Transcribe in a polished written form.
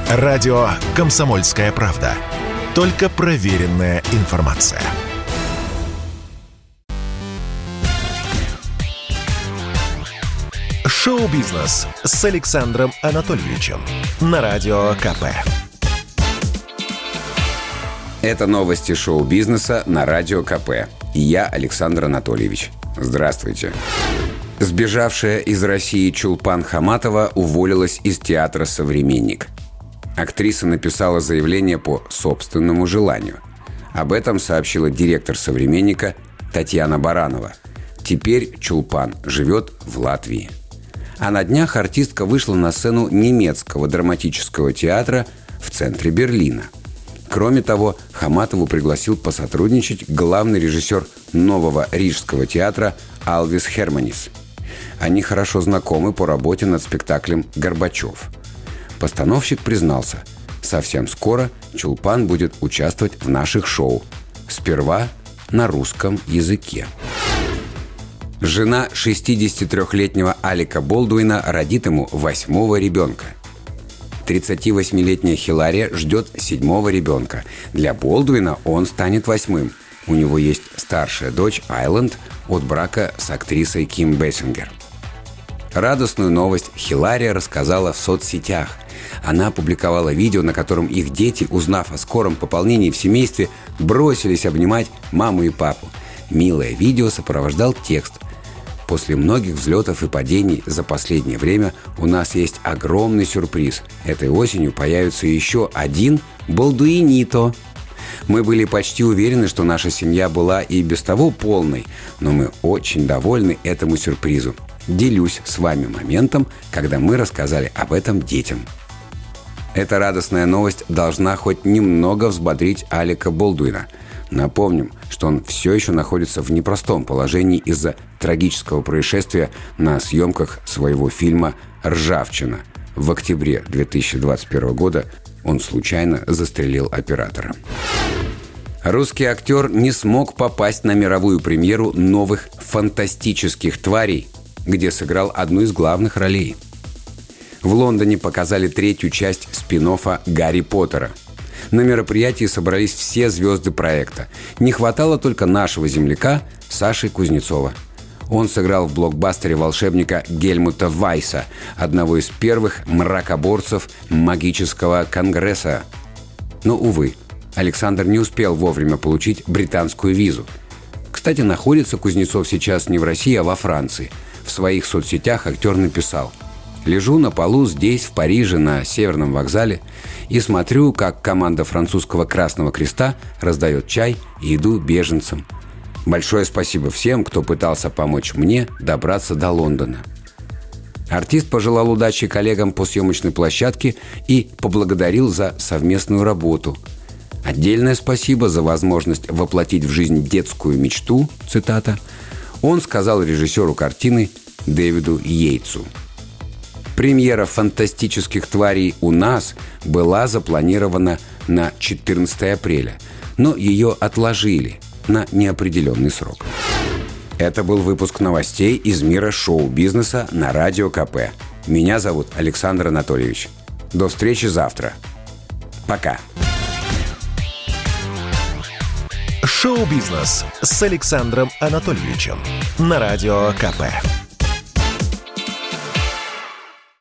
Радио «Комсомольская правда». Только проверенная информация. Шоу-бизнес с Александром Анатольевичем на Радио КП. Это новости шоу-бизнеса на Радио КП. И я, Александр Анатольевич. Здравствуйте. Сбежавшая из России Чулпан Хаматова уволилась из театра «Современник». Актриса написала заявление по собственному желанию. Об этом сообщила директор «Современника» Татьяна Баранова. Теперь Чулпан живет в Латвии. А на днях артистка вышла на сцену немецкого драматического театра в центре Берлина. Кроме того, Хаматову пригласил посотрудничать главный режиссер нового рижского театра Алвис Херманис. Они хорошо знакомы по работе над спектаклем «Горбачев». Постановщик признался, совсем скоро Чулпан будет участвовать в наших шоу. Сперва на русском языке. Жена 63-летнего Алека Болдуина родит ему 8-го ребенка. 38-летняя Хилария ждет 7-го ребенка. Для Болдуина он станет 8-м. У него есть старшая дочь Айленд от брака с актрисой Ким Бейсингер. Радостную новость Хилария рассказала в соцсетях. Она опубликовала видео, на котором их дети, узнав о скором пополнении в семействе, бросились обнимать маму и папу. Милое видео сопровождал текст: «После многих взлетов и падений за последнее время у нас есть огромный сюрприз. Этой осенью появится еще один Болдуинито. Мы были почти уверены, что наша семья была и без того полной, но мы очень довольны этому сюрпризу. Делюсь с вами моментом, когда мы рассказали об этом детям». Эта радостная новость должна хоть немного взбодрить Алека Болдуина. Напомним, что он все еще находится в непростом положении из-за трагического происшествия на съемках своего фильма «Ржавчина». В октябре 2021 года он случайно застрелил оператора. Русский актер не смог попасть на мировую премьеру новых «Фантастических тварей», где сыграл одну из главных ролей. В Лондоне показали 3-ю часть спин-оффа «Гарри Поттера». На мероприятии собрались все звезды проекта. Не хватало только нашего земляка Саши Кузнецова. Он сыграл в блокбастере волшебника Гельмута Вайса, одного из первых мракоборцев магического конгресса. Но, увы, Александр не успел вовремя получить британскую визу. Кстати, находится Кузнецов сейчас не в России, а во Франции. В своих соцсетях актер написал: «Лежу на полу здесь, в Париже, на Северном вокзале, и смотрю, как команда французского Красного Креста раздает чай и еду беженцам. Большое спасибо всем, кто пытался помочь мне добраться до Лондона». Артист пожелал удачи коллегам по съемочной площадке и поблагодарил за совместную работу. Отдельное спасибо за возможность воплотить в жизнь детскую мечту, цитата, он сказал режиссеру картины Дэвиду Йейтсу. Премьера «Фантастических тварей» у нас была запланирована на 14 апреля, но ее отложили на неопределенный срок. Это был выпуск новостей из мира шоу-бизнеса на Радио КП. Меня зовут Александр Анатольевич. До встречи завтра. Пока. Шоу-бизнес с Александром Анатольевичем на Радио КП.